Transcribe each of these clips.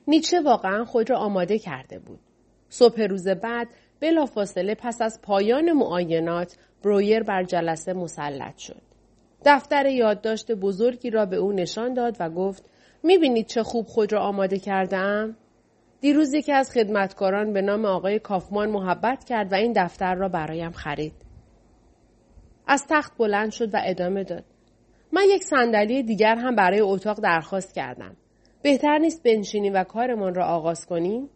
نیچه واقعا خود را آماده کرده بود. صبح روز بعد بلافاصله پس از پایان معاینات برویر بر جلسه مسلط شد. دفتر یادداشت بزرگی را به او نشان داد و گفت می‌بینید چه خوب خود را آماده کرده‌ام؟ دیروز یکی از خدمتکاران به نام آقای کافمان محبت کرد و این دفتر را برایم خرید. از تخت بلند شد و ادامه داد. من یک صندلی دیگر هم برای اتاق درخواست کردم. بهتر نیست بنشینیم و کارمان را آغاز کنیم؟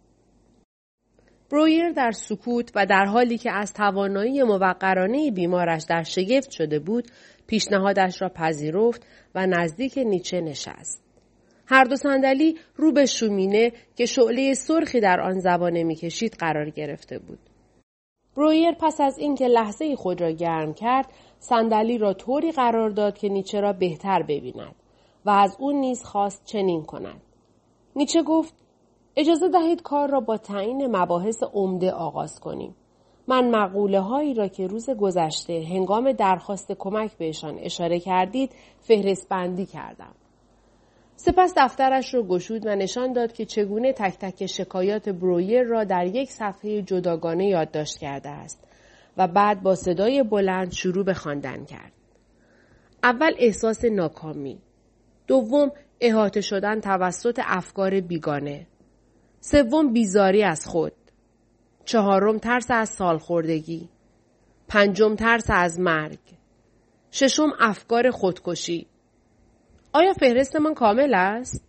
برویر در سکوت و در حالی که از توانایی موقرانه بیمارش در شگفت شده بود، پیشنهادش را پذیرفت و نزدیک نیچه نشست. هر دو صندلی رو به شومینه که شعله سرخی در آن زبانه می‌کشید قرار گرفته بود. برویر پس از اینکه لحظه‌ای خود را گرم کرد، صندلی را طوری قرار داد که نیچه را بهتر ببیند و از او نیز خواست چنین کند. نیچه گفت: اجازه دهید کار را با تعیین مباحث عمده آغاز کنیم. من مقوله هایی را که روز گذشته هنگام درخواست کمک بهشان اشاره کردید فهرست بندی کردم. سپس دفترش را گشود و نشان داد که چگونه تک تک شکایات برویر را در یک صفحه جداگانه یادداشت کرده است و بعد با صدای بلند شروع به خواندن کرد. اول احساس ناکامی. دوم احاطه شدن توسط افکار بیگانه. سوم بیزاری از خود. چهارم ترس از سالخوردگی. پنجم ترس از مرگ. ششم افکار خودکشی. آیا فهرستمان کامل است؟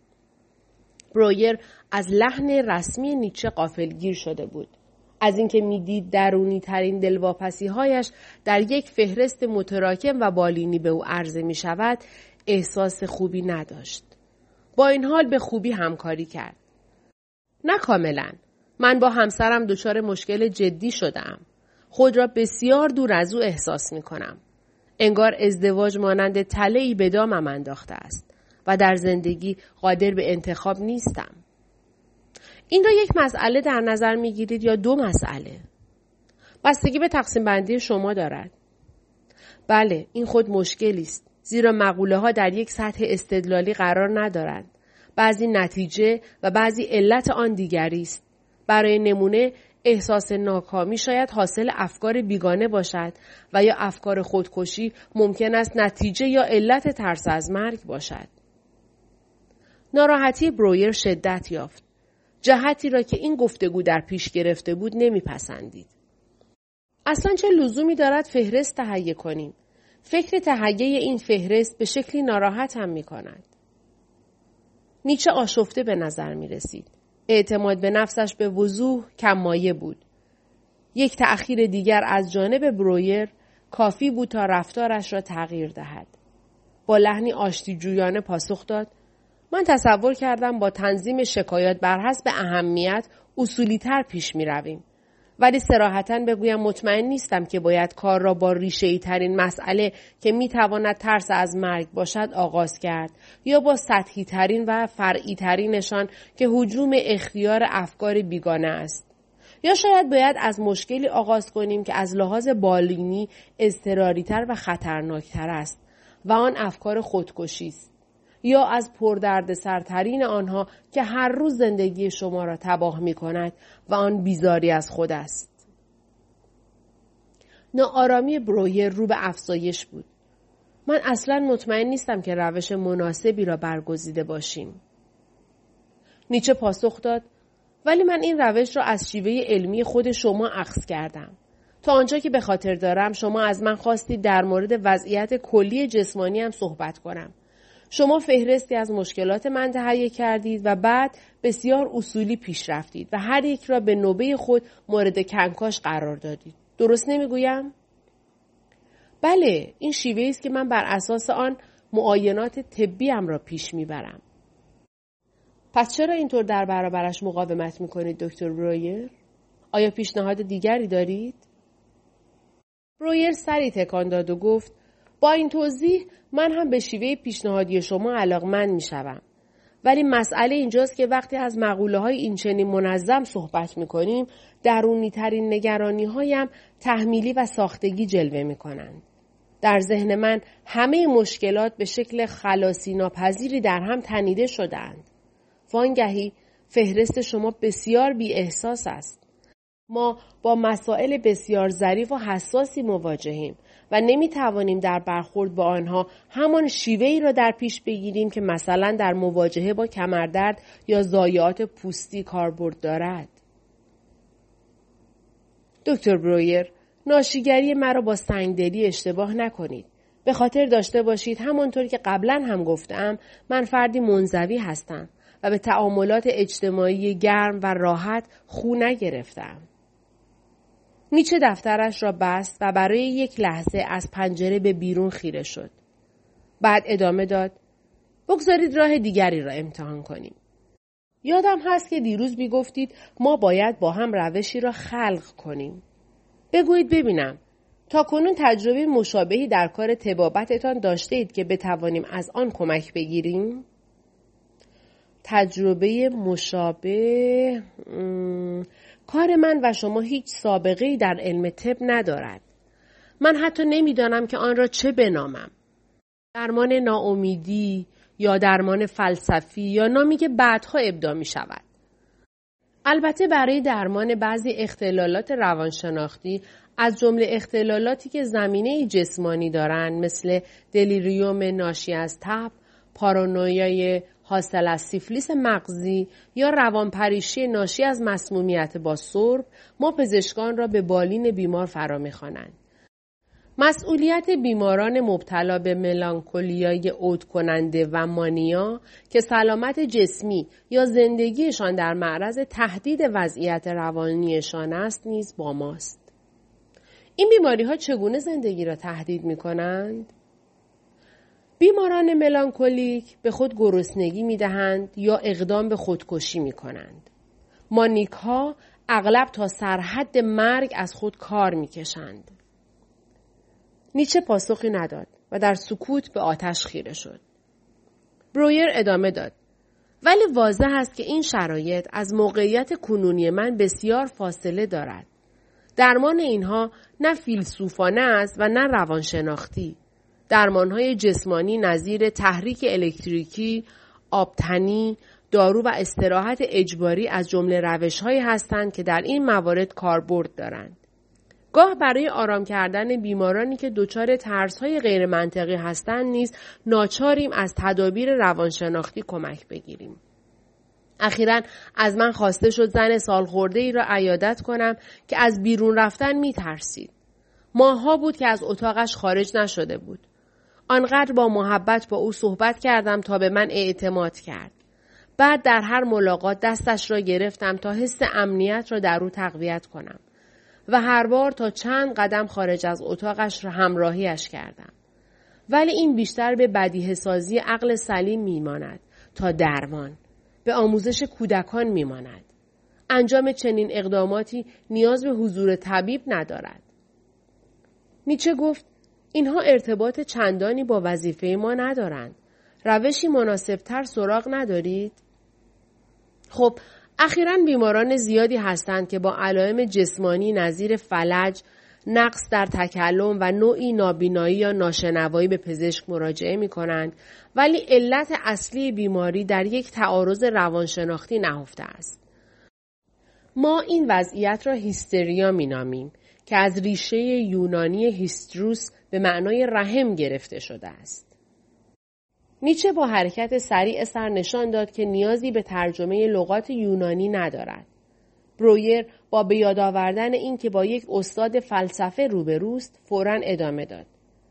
برویر از لحن رسمی نیچه غافلگیر شده بود. از اینکه میدید درونی ترین دلواپسی هایش در یک فهرست متراکم و بالینی به او عرضه می شود، احساس خوبی نداشت. با این حال به خوبی همکاری کرد. نه کاملا. من با همسرم دچار مشکل جدی شدم. خود را بسیار دور از او احساس می کنم. انگار ازدواج مانند تله‌ای به دامم انداخته است و در زندگی قادر به انتخاب نیستم. این را یک مسئله در نظر می گیرید یا دو مسئله؟ بستگی به تقسیم بندی شما دارد. بله، این خود مشکلی است. زیرا مقوله ها در یک سطح استدلالی قرار ندارند. بعضی نتیجه و بعضی علت آن دیگری است. برای نمونه احساس ناکامی شاید حاصل افکار بیگانه باشد و یا افکار خودکشی ممکن است نتیجه یا علت ترس از مرگ باشد. ناراحتی برویر شدت یافت. جهتی را که این گفتگو در پیش گرفته بود نمیپسندید. اصلا چه لزومی دارد فهرست تهیه کنیم؟ فکر تهیه این فهرست به شکلی ناراحت هم می‌کند. نیچه آشفته به نظر می‌رسید. اعتماد به نفسش به وضوح کم مایه بود. یک تأخیر دیگر از جانب برویر کافی بود تا رفتارش را تغییر دهد. با لحنی آشتی جویانه پاسخ داد: من تصور کردم با تنظیم شکایات بر حسب اهمیت اصولی تر پیش می رویم. ولی صراحتاً بگویم مطمئن نیستم که باید کار را با ریشه‌ای ترین مسئله که می تواند ترس از مرگ باشد آغاز کرد یا با سطحی ترین و فرعی ترینشان که هجوم اختیار افکار بیگانه است. یا شاید باید از مشکلی آغاز کنیم که از لحاظ بالینی اضطراری تر و خطرناکتر است و آن افکار خودکشی است. یا از پردردسرترین آنها که هر روز زندگی شما را تباه می کند و آن بیزاری از خود است. ناآرامی برویر رو به افزایش بود. من اصلاً مطمئن نیستم که روش مناسبی را برگزیده باشیم. نیچه پاسخ داد: ولی من این روش را از شیوه علمی خود شما اخذ کردم. تا آنجا که به خاطر دارم شما از من خواستید در مورد وضعیت کلی جسمانی هم صحبت کنم. شما فهرستی از مشکلات من تهیه کردید و بعد بسیار اصولی پیش رفتید و هر یک را به نوبه خود مورد کنکاش قرار دادید. درست نمیگویم؟ بله، این شیوهی است که من بر اساس آن معاینات طبیم را پیش میبرم. پس چرا اینطور در برابرش مقاومت میکنید دکتر برویر؟ آیا پیشنهاد دیگری دارید؟ برویر سری تکان داد و گفت: با این توضیح من هم به شیوه پیشنهادی شما علاقمند میشوم. ولی مسئله اینجاست که وقتی از مقوله‌های این چنین منظم صحبت میکنیم، درونی ترین نگرانی هایم تحمیلی و ساختگی جلوه میکنند. در ذهن من همه مشکلات به شکل خلاصی ناپذیری در هم تنیده شدند. وانگهی فهرست شما بسیار بی احساس است. ما با مسائل بسیار ظریف و حساسی مواجهیم و نمیتوانیم در برخورد با آنها همان شیوه‌ای را در پیش بگیریم که مثلا در مواجهه با کمردرد یا ضایعات پوستی کاربرد دارد. دکتر برویر، ناشیگری مرا با سنگدلی اشتباه نکنید. به خاطر داشته باشید همانطور که قبلا هم گفتم من فردی منزوی هستم و به تعاملات اجتماعی گرم و راحت خو نگرفتم. نیچه دفترش را بست و برای یک لحظه از پنجره به بیرون خیره شد. بعد ادامه داد: بگذارید راه دیگری را امتحان کنیم. یادم هست که دیروز میگفتید ما باید با هم روشی را خلق کنیم. بگویید ببینم، تاکنون تجربه مشابهی در کار طبابتتان داشته اید که بتوانیم از آن کمک بگیریم؟ تجربه مشابه؟ کار من و شما هیچ سابقه‌ای در علم طب ندارد. من حتی نمیدانم که آن را چه بنامم. درمان ناامیدی یا درمان فلسفی یا نامی که بعدها ابداع می شود. البته برای درمان بعضی اختلالات روانشناختی از جمله اختلالاتی که زمینه جسمانی دارند مثل دلیریوم ناشی از تب، پارانویای حاصل از سیفلیس مغزی یا روانپریشی ناشی از مسمومیت با سرب، ما پزشکان را به بالین بیمار فرا می‌خوانند. مسئولیت بیماران مبتلا به ملانکولیای عود کننده و مانیا که سلامت جسمی یا زندگیشان در معرض تهدید وضعیت روانیشان است نیز با ماست. این بیماری‌ها چگونه زندگی را تهدید می‌کنند؟ بیماران ملانکولیک به خود گرسنگی می‌دهند یا اقدام به خودکشی می‌کنند. مانیک‌ها اغلب تا سرحد مرگ از خود کار می‌کشند. نیچه پاسخی نداد و در سکوت به آتش خیره شد. برویر ادامه داد: ولی واضح است که این شرایط از موقعیت کنونی من بسیار فاصله دارد. درمان اینها نه فیلسوفانه است و نه روانشناختی. درمانهای جسمانی نظیر تحریک الکتریکی، آبتنی، دارو و استراحت اجباری از جمله روش‌هایی هستند که در این موارد کاربرد دارند. گاه برای آرام کردن بیمارانی که دچار ترس‌های غیر منطقی هستند نیز ناچاریم از تدابیر روانشناختی کمک بگیریم. اخیراً از من خواسته شد زن سالخورده‌ای را عیادت کنم که از بیرون رفتن می‌ترسید. ماه‌ها بود که از اتاقش خارج نشده بود. آنقدر با محبت با او صحبت کردم تا به من اعتماد کرد. بعد در هر ملاقات دستش را گرفتم تا حس امنیت را در او تقویت کنم و هر بار تا چند قدم خارج از اتاقش را همراهیش کردم. ولی این بیشتر به بدیهه سازی عقل سلیم میماند تا درمان. به آموزش کودکان میماند. انجام چنین اقداماتی نیاز به حضور طبیب ندارد. نیچه گفت: اینها ارتباط چندانی با وظیفه ما ندارند. روشی مناسبتر سراغ ندارید؟ خب، اخیراً بیماران زیادی هستند که با علائم جسمانی نظیر فلج، نقص در تکلم و نوعی نابینایی یا ناشنوایی به پزشک مراجعه می کنند، ولی علت اصلی بیماری در یک تعارض روانشناختی نهفته است. ما این وضعیت را هیستریا می نامیم که از ریشه یونانی هیستروس به معنای رحم گرفته شده است. نیچه با حرکت سریع سر نشان داد که نیازی به ترجمه لغات یونانی ندارد. برویر با به یاد آوردن این که با یک استاد فلسفه روبروست فوراً ادامه داد: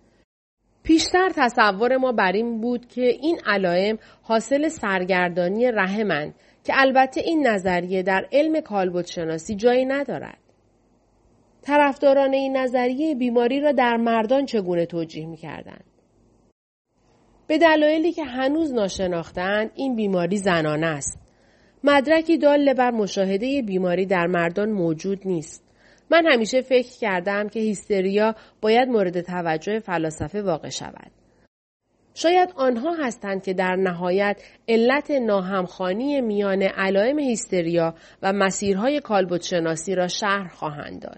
پیشتر تصور ما بر این بود که این علائم حاصل سرگردانی رحمند که البته این نظریه در علم کالبدشناسی جایی ندارد. طرفداران این نظریه بیماری را در مردان چگونه توجیه می‌کردند؟ به دلایلی که هنوز ناشناخته‌اند این بیماری زنانه است. مدرکی دال بر مشاهده بیماری در مردان موجود نیست. من همیشه فکر کردم که هیستریا باید مورد توجه فلاسفه واقع شود. شاید آنها هستند که در نهایت علت ناهمخوانی میان علائم هیستریا و مسیرهای کالبدشناسی را شرح خواهند داد.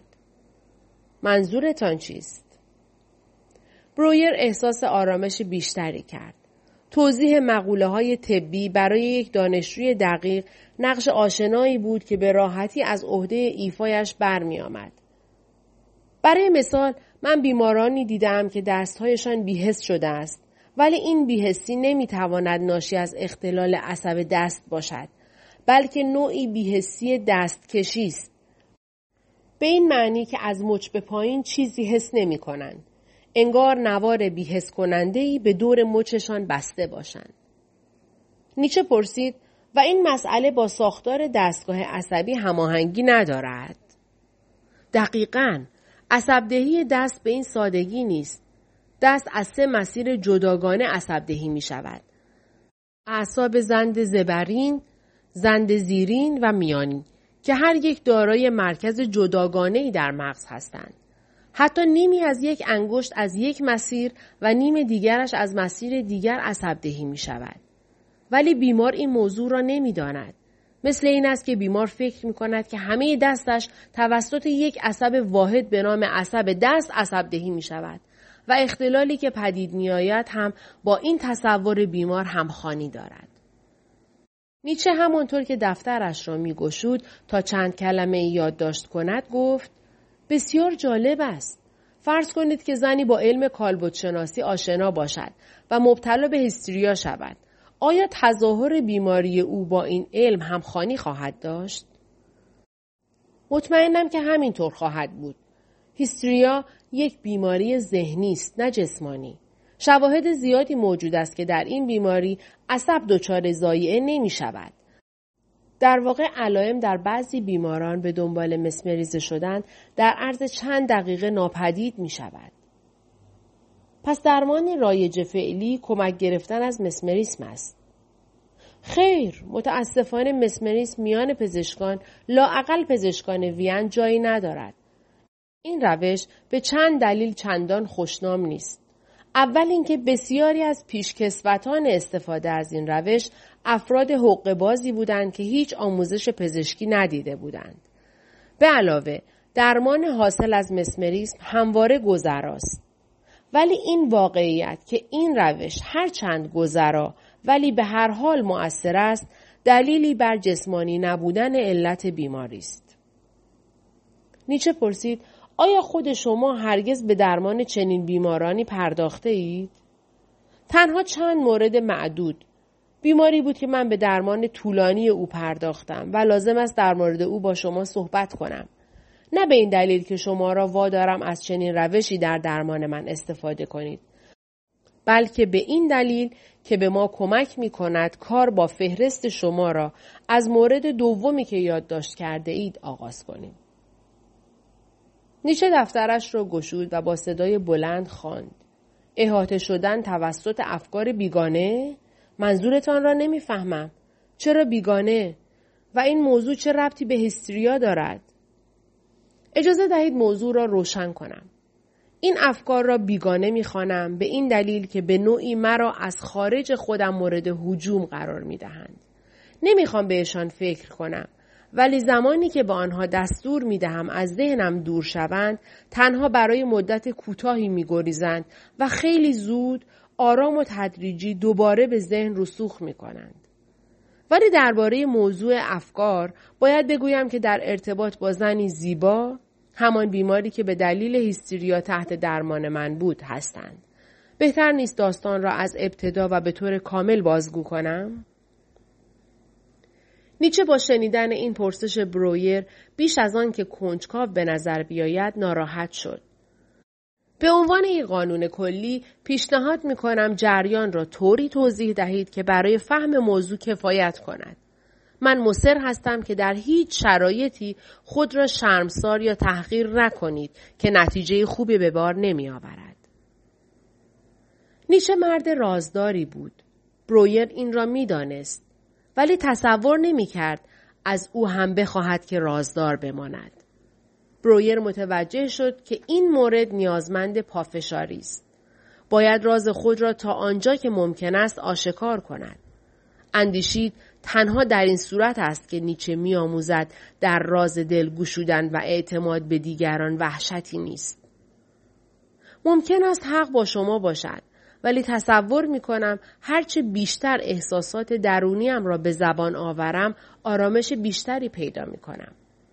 منظورتان چیست؟ برویر احساس آرامش بیشتری کرد. توضیح مقوله‌های طبی برای یک دانشجوی دقیق نقش آشنایی بود که به راحتی از عهده ایفایش برمی‌آمد. برای مثال من بیمارانی دیدم که دستهایشان بی‌حس شده است، ولی این بی‌حسی نمی‌تواند ناشی از اختلال عصب دست باشد، بلکه نوعی بی‌حسی دستکشی است. به این معنی که از مچ به پایین چیزی حس نمی‌کنند. انگار نوار بی‌حس کننده‌ای به دور مچشان بسته باشند. نیچه پرسید و این مسئله با ساختار دستگاه عصبی هماهنگی ندارد؟ دقیقاً، عصبدهی دست به این سادگی نیست. دست از 3 مسیر جداگانه عصبدهی می شود. اعصاب زند زبرین، زند زیرین و میانی که هر یک دارای مرکز جداگانه‌ای در مغز هستند. حتی نیمی از یک انگشت از یک مسیر و نیم دیگرش از مسیر دیگر عصبدهی می شود. ولی بیمار این موضوع را نمی داند. مثل این است که بیمار فکر می کند که همه دستش توسط یک عصب واحد به نام عصب دست عصبدهی می شود و اختلالی که پدید می آید هم با این تصور بیمار همخوانی دارد. نیچه همانطور که دفترش را می گشود تا چند کلمه یادداشت کند گفت بسیار جالب است. فرض کنید که زنی با علم کالبدشناسی آشنا باشد و مبتلا به هیستریا شود. آیا تظاهر بیماری او با این علم همخوانی خواهد داشت؟ مطمئنم که همینطور خواهد بود. هیستریا یک بیماری ذهنی است، نه جسمانی. شواهد زیادی موجود است که در این بیماری عصب دچار ضایعه نمی شود. در واقع علائم در بعضی بیماران به دنبال مسمریزه شدن در عرض چند دقیقه ناپدید می شود. پس درمان رایج فعلی کمک گرفتن از مسمریسم است. خیر، متاسفانه مسمریسم میان پزشکان لااقل پزشکان وین جایی ندارد. این روش به چند دلیل چندان خوشنام نیست. اول اینکه بسیاری از پیشکسوتان استفاده از این روش افراد حقه‌بازی بودند که هیچ آموزش پزشکی ندیده بودند. به علاوه درمان حاصل از مسمریسم همواره گذراست. ولی این واقعیت که این روش هرچند گذرا ولی به هر حال مؤثر است، دلیلی بر جسمانی نبودن علت بیماری است. نیچه پرسید آیا خود شما هرگز به درمان چنین بیمارانی پرداخته اید؟ تنها چند مورد معدود. بیماری بود که من به درمان طولانی او پرداختم و لازم است در مورد او با شما صحبت کنم. نه به این دلیل که شما را وادارم از چنین روشی در درمان من استفاده کنید، بلکه به این دلیل که به ما کمک می کند کار با فهرست شما را از مورد دومی که یادداشت کرده اید آغاز کنیم. نیچه دفترش را گشود و با صدای بلند خواند. احاطه شدن توسط افکار بیگانه؟ منظورتان را نمیفهمم. چرا بیگانه؟ و این موضوع چه ربطی به هیستریا دارد؟ اجازه دهید موضوع را روشن کنم. این افکار را بیگانه می‌خوانم به این دلیل که به نوعی مرا از خارج خودم مورد هجوم قرار می‌دهند. نمی‌خوام بهشان فکر کنم، ولی زمانی که به آنها دستور می‌دهم از ذهنم دور شوند، تنها برای مدت کوتاهی می‌گریزند و خیلی زود، آرام و تدریجی دوباره به ذهن رسوخ می‌کنند. ولی درباره موضوع افکار باید بگویم که در ارتباط با زنی زیبا، همان بیماری که به دلیل هیستریا تحت درمان من بود هستند. بهتر نیست داستان را از ابتدا و به طور کامل بازگو کنم؟ نیچه با شنیدن این پرسش برویر بیش از آن که کنجکاو به نظر بیاید ناراحت شد. به عنوان یک قانون کلی پیشنهاد می‌کنم جریان را طوری توضیح دهید که برای فهم موضوع کفایت کند. من مصر هستم که در هیچ شرایطی خود را شرمسار یا تحقیر نکنید که نتیجه خوبی به بار نمی‌آورد. نیچه مرد رازداری بود. برویر این را می‌دانست، ولی تصور نمی‌کرد از او هم بخواهد که رازدار بماند. برویر متوجه شد که این مورد نیازمند پافشاری است. باید راز خود را تا آنجا که ممکن است آشکار کند. اندیشید تنها در این صورت است که نیچه می‌آموزد در راز دل گشودن و اعتماد به دیگران وحشتی نیست. ممکن است حق با شما باشد، ولی تصور می کنم هرچه بیشتر احساسات درونیم را به زبان آورم آرامش بیشتری پیدا می کنم.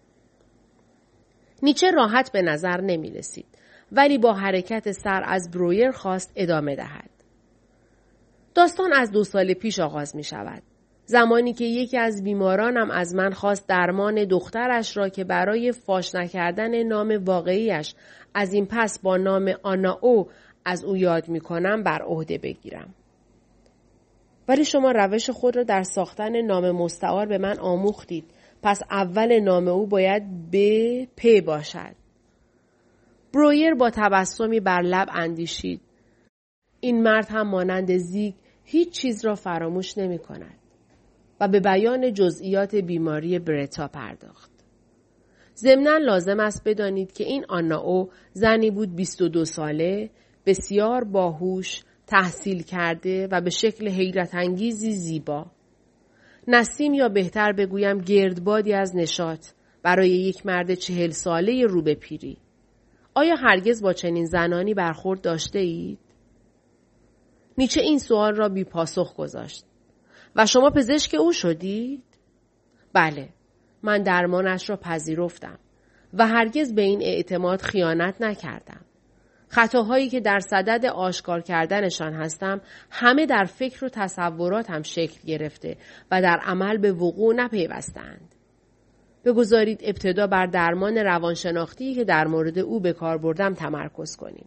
نیچه راحت به نظر نمی رسید ولی با حرکت سر از برویر خواست ادامه دهد. داستان از 2 سال پیش آغاز می شود. زمانی که یکی از بیمارانم از من خواست درمان دخترش را که برای فاش نکردن نام واقعیش از این پس با نام آنا او از او یاد می کنم بر عهده بگیرم. ولی شما روش خود را در ساختن نام مستعار به من آموختید. پس اول نام او باید پ باشد. برویر با تبسمی بر لب اندیشید. این مرد هم مانند زیگ هیچ چیز را فراموش نمی کند. و به بیان جزئیات بیماری برتا پرداخت. ضمناً لازم است بدانید که این آنا او زنی بود 22 ساله، بسیار باهوش، تحصیل کرده و به شکل حیرت انگیزی زیبا. نسیم یا بهتر بگویم گردبادی از نشاط برای یک مرد 40 ساله رو به پیری. آیا هرگز با چنین زنانی برخورد داشته اید؟ نیچه این سوال را بی پاسخ گذاشت. و شما پزشک او شدید؟ بله، من درمانش را پذیرفتم و هرگز به این اعتماد خیانت نکردم. خطاهایی که در صدد آشکار کردنشان هستم همه در فکر و تصوراتم شکل گرفته و در عمل به وقوع نپیوستند. بگذارید ابتدا بر درمان روانشناختی که در مورد او به کار بردم تمرکز کنیم.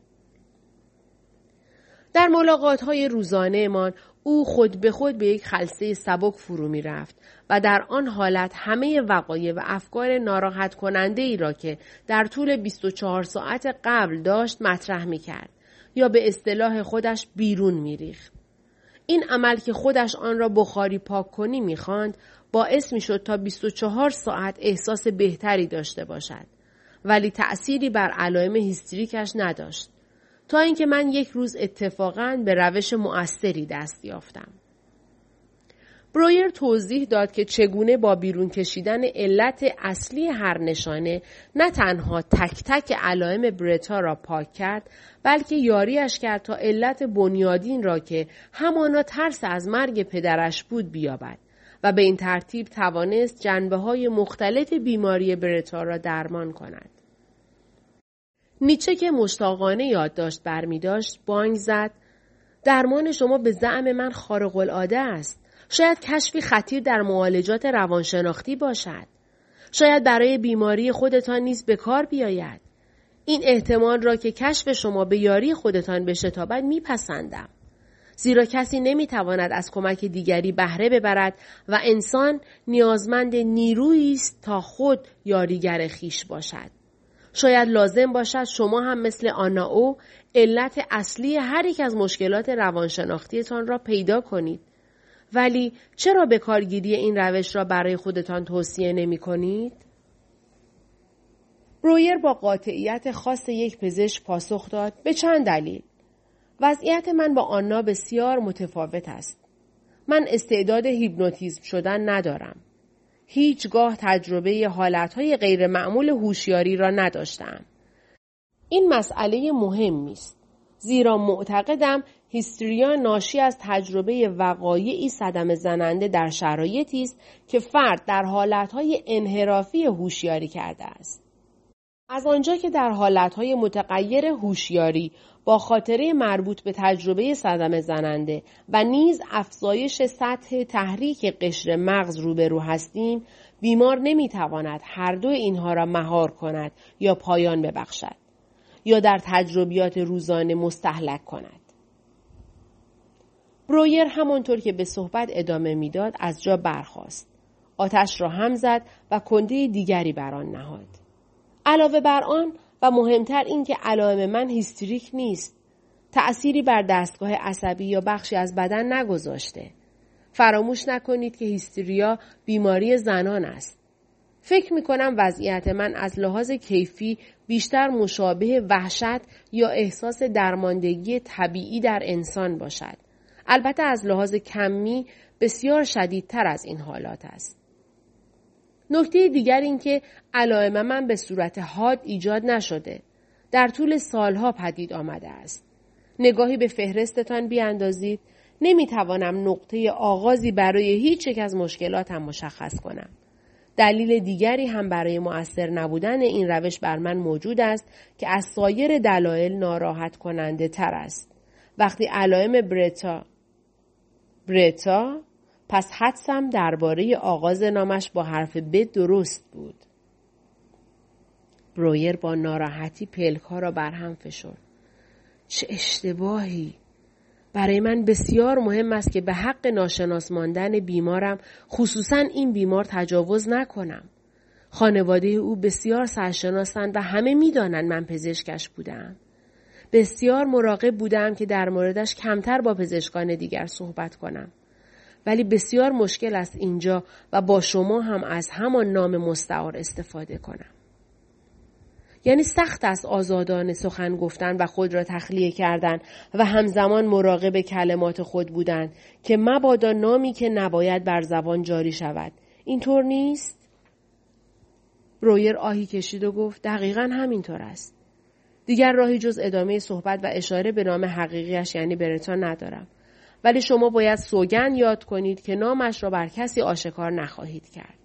در ملاقات‌های روزانه‌مان او خود به خود به یک خلسه سبک فرو می رفت و در آن حالت همه وقایع و افکار ناراحت کننده ای را که در طول 24 ساعت قبل داشت مطرح می کرد یا به اصطلاح خودش بیرون می ریخت. این عمل که خودش آن را بخاری پاک کنی می خواند باعث می شد تا 24 ساعت احساس بهتری داشته باشد ولی تأثیری بر علائم هیستریکش نداشت. تا اینکه من یک روز اتفاقاً به روش مؤثری دست یافتم. برویر توضیح داد که چگونه با بیرون کشیدن علت اصلی هر نشانه نه تنها تک تک علائم برتا را پاک کرد بلکه یاریش کرد تا علت بنیادین را که همانا ترس از مرگ پدرش بود بیابد و به این ترتیب توانست جنبه‌های مختلف بیماری برتا را درمان کند. نیچه که مشتاقانه یادداشت برمی داشت بانگ زد. درمان شما به زعم من خارق العاده است. شاید کشفی خطیر در معالجات روانشناختی باشد. شاید برای بیماری خودتان نیز به کار بیاید. این احتمال را که کشف شما به یاری خودتان بشتابد میپسندم. زیرا کسی نمیتواند از کمک دیگری بهره ببرد و انسان نیازمند نیرویی است تا خود یاریگر خویش باشد. شاید لازم باشد شما هم مثل آنا او علت اصلی هر یک از مشکلات روانشناختیتان را پیدا کنید. ولی چرا به کارگیری این روش را برای خودتان توصیه نمی کنید؟ برویر با قاطعیت خاص یک پزشک پاسخ داد به چند دلیل. وضعیت من با آنا بسیار متفاوت است. من استعداد هیپنوتیزم شدن ندارم. هیچگاه تجربه حالتهای غیر معمول هوشیاری را نداشتم. این مسئله مهمی است. زیرا معتقدم هیستریا ناشی از تجربه وقایعی صدمه زننده در شرایطی است که فرد در حالتهای انحرافی هوشیاری کرده است. از آنجا که در حالتهای متغیر هوشیاری با خاطره مربوط به تجربه صدمه زننده و نیز افزایش سطح تحریک قشر مغز روبرو هستیم، بیمار نمیتواند هر دو اینها را مهار کند یا پایان ببخشد یا در تجربیات روزانه مستهلک کند. برویر همانطور که به صحبت ادامه میداد از جا برخاست. آتش را هم زد و کنده دیگری بر آن نهاد. علاوه بر آن و مهمتر این که علائم من هیستریک نیست. تأثیری بر دستگاه عصبی یا بخشی از بدن نگذاشته. فراموش نکنید که هیستریا بیماری زنان است. فکر می کنم وضعیت من از لحاظ کیفی بیشتر مشابه وحشت یا احساس درماندگی طبیعی در انسان باشد. البته از لحاظ کمی بسیار شدیدتر از این حالات است. نکته دیگر این که علائم من به صورت حاد ایجاد نشده. در طول سالها پدید آمده است. نگاهی به فهرستتان بیاندازید. نمیتوانم نقطه آغازی برای هیچ یک از مشکلاتم مشخص کنم. دلیل دیگری هم برای مؤثر نبودن این روش بر من موجود است که از سایر دلایل ناراحت کننده تر است. وقتی علائم برتا پس حدسم درباره آغاز نامش با حرف ب درست بود. برویر با ناراحتی پلک‌ها را برهم فشرد. چه اشتباهی! برای من بسیار مهم است که به حق ناشناس ماندن بیمارم، خصوصاً این بیمار، تجاوز نکنم. خانواده او بسیار سرشناسند و همه می‌دانند من پزشکش بودم. بسیار مراقب بودم که در موردش کمتر با پزشکان دیگر صحبت کنم. ولی بسیار مشکل است اینجا و با شما هم از همان نام مستعار استفاده کنم. یعنی سخت است آزادانه سخن گفتن و خود را تخلیه کردن و همزمان مراقب کلمات خود بودن که مبادا نامی که نباید بر زبان جاری شود. اینطور نیست؟ برویر آهی کشید و گفت دقیقاً همینطور است. دیگر راهی جز ادامه صحبت و اشاره به نام حقیقیش یعنی برتا ندارم. ولی شما باید سوگند یاد کنید که نامش را بر کسی آشکار نخواهید کرد.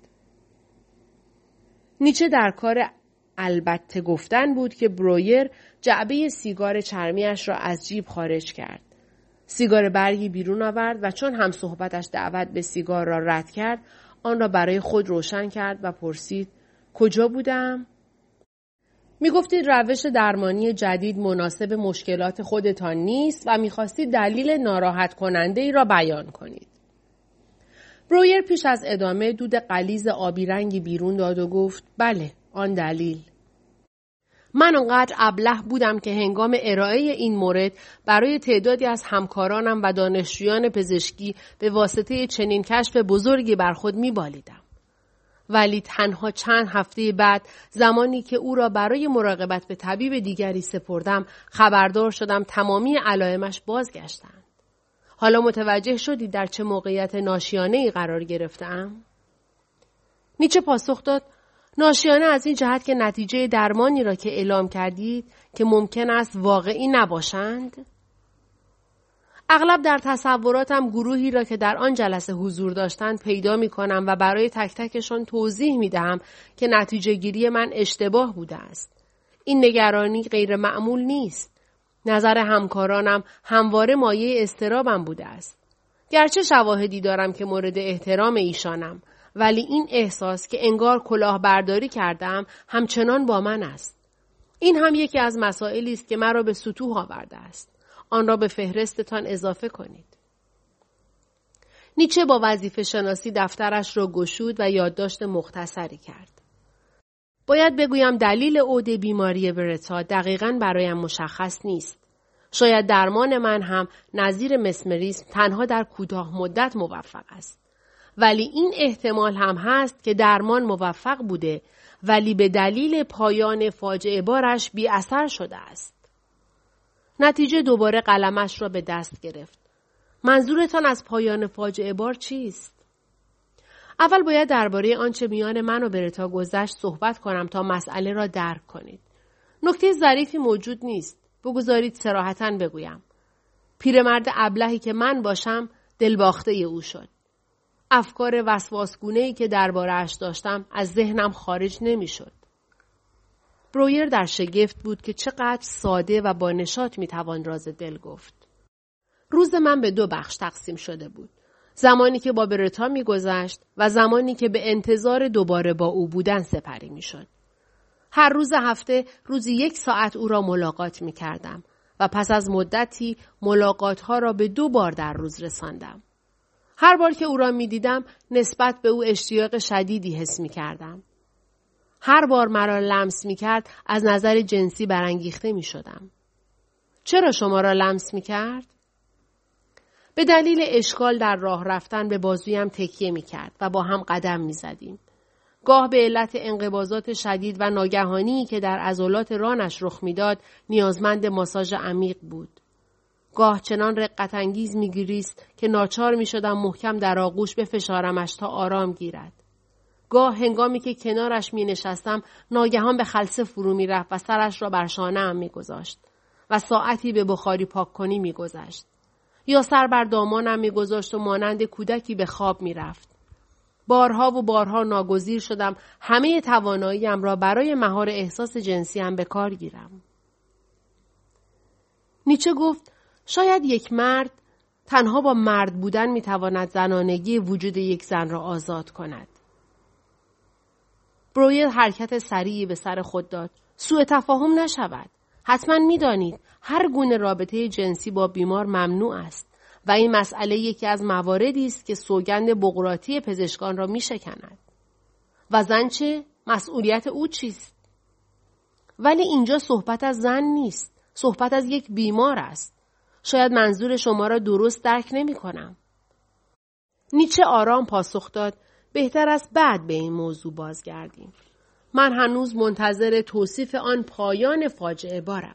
نیچه در کار البته گفتن بود که برویر جعبه سیگار چرمیش را از جیب خارج کرد. سیگار برگی بیرون آورد و چون هم صحبتش دعوت به سیگار را رد کرد، آن را برای خود روشن کرد و پرسید کجا بودم؟ می گفتید روش درمانی جدید مناسب مشکلات خودتان نیست و می خواستید دلیل ناراحت کننده ای را بیان کنید. برویر پیش از ادامه دود غلیظ آبی رنگی بیرون داد و گفت بله، آن دلیل. من آنقدر ابله بودم که هنگام ارائه این مورد برای تعدادی از همکارانم و دانشجویان پزشکی به واسطه چنین کشف بزرگی بر خود می‌بالیدم. ولی تنها چند هفته بعد، زمانی که او را برای مراقبت به طبیب دیگری سپردم، خبردار شدم تمامی علائمش بازگشتند. حالا متوجه شدید در چه موقعیت ناشیانه‌ای قرار گرفتم؟ نیچه پاسخ داد ناشیانه از این جهت که نتیجه درمانی را که اعلام کردید که ممکن است واقعی نباشند؟ اغلب در تصوراتم گروهی را که در آن جلسه حضور داشتند پیدا می کنم و برای تک تکشان توضیح می دهم که نتیجه گیری من اشتباه بوده است. این نگرانی غیر معمول نیست. نظر همکارانم همواره مایه اضطرابم بوده است. گرچه شواهدی دارم که مورد احترام ایشانم، ولی این احساس که انگار کلاهبرداری کردم همچنان با من است. این هم یکی از مسائلی است که مرا به ستوه آورده است. آن را به فهرستتان اضافه کنید. نیچه با وظیفه شناسی دفترش را گشود و یادداشت مختصری کرد. باید بگویم دلیل عود بیماری برتا دقیقاً برایم مشخص نیست. شاید درمان من هم نظیر مسمریسم تنها در کوتاه مدت موفق است. ولی این احتمال هم هست که درمان موفق بوده ولی به دلیل پایان فاجعه بارش بی اثر شده است. نتیجه دوباره قلمش را به دست گرفت. منظورتان از پایان فاجعه بار چیست؟ اول باید درباره آنچه میان من و برتا گذشت صحبت کنم تا مسئله را درک کنید. نکته ظریفی موجود نیست. بگذارید صراحتاً بگویم. پیرمرد ابلهی که من باشم دلباخته او شد. افکار وسواسگونه‌ای که درباره‌اش داشتم از ذهنم خارج نمی‌شد. برویر در شگفت بود که چقدر ساده و با نشاط میتوان راز دل گفت. روز من به 2 بخش تقسیم شده بود. زمانی که با برتا میگذشت و زمانی که به انتظار دوباره با او بودن سپری میشد. هر روز هفته روزی 1 ساعت او را ملاقات میکردم و پس از مدتی ملاقاتها را به 2 بار در روز رساندم. هر بار که او را میدیدم نسبت به او اشتیاق شدیدی حس میکردم. هر بار مرا لمس می‌کرد از نظر جنسی برانگیخته می‌شدم. چرا شما را لمس می‌کرد؟ به دلیل اشکال در راه رفتن به بازویم تکیه می‌کرد و با هم قدم می‌زدیم. گاه به علت انقباضات شدید و ناگهانی که در عضلات رانش رخ می‌داد نیازمند ماساژ عمیق بود. گاه چنان رقت‌انگیز می‌گریست که ناچار می‌شدم محکم در آغوش بفشارمش تا آرام گیرد. گاه هنگامی که کنارش می نشستم ناگهان به خلسه فرو می رفت و سرش را بر شانه‌ام می گذاشت و ساعتی به بخاری پاک کنی می‌گذشت. یا سر بر دامانم می‌گذاشت و مانند کودکی به خواب می‌رفت. بارها و بارها ناگزیر شدم همه تواناییم را برای مهار احساس جنسیم به کار گیرم. نیچه گفت شاید یک مرد تنها با مرد بودن می‌تواند زنانگی وجود یک زن را آزاد کند. برویر حرکت سریعی به سر خود داد. سوء تفاهم نشود. حتما می‌دانید هر گونه رابطه جنسی با بیمار ممنوع است و این مسئله یکی از مواردی است که سوگند بقراطی پزشکان را می‌شکند. و زن چه؟ مسئولیت او چیست؟ ولی اینجا صحبت از زن نیست. صحبت از یک بیمار است. شاید منظور شما را درست درک نمی‌کنم. نیچه آرام پاسخ داد بهتر است بعد به این موضوع بازگردیم. من هنوز منتظر توصیف آن پایان فاجعه بارم.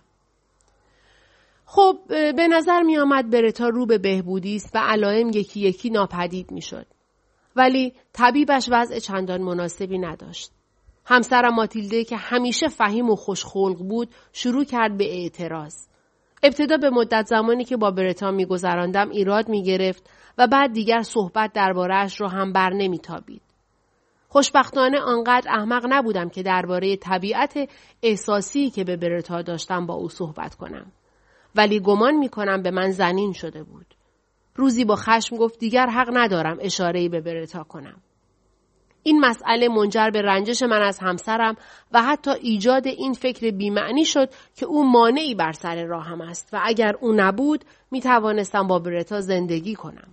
خب به نظر می آمد برتا رو به بهبودی است و علائم یکی یکی ناپدید می شد. ولی طبیبش وضع چندان مناسبی نداشت. همسرم ماتیلده که همیشه فهیم و خوشخلق بود شروع کرد به اعتراض. ابتدا به مدت زمانی که با برتا می گذراندم ایراد می گرفت و بعد دیگر صحبت درباره‌اش را هم بر نمی تابید. خوشبختانه آنقدر احمق نبودم که درباره طبیعت احساسی که به برتا داشتم با او صحبت کنم. ولی گمان می کنم به من زنین شده بود. روزی با خشم گفت دیگر حق ندارم اشاره‌ای به برتا کنم. این مسئله منجر به رنجش من از همسرم و حتی ایجاد این فکر بی‌معنی شد که او مانعی بر سر راهم است و اگر او نبود می توانستم با برتا زندگی کنم.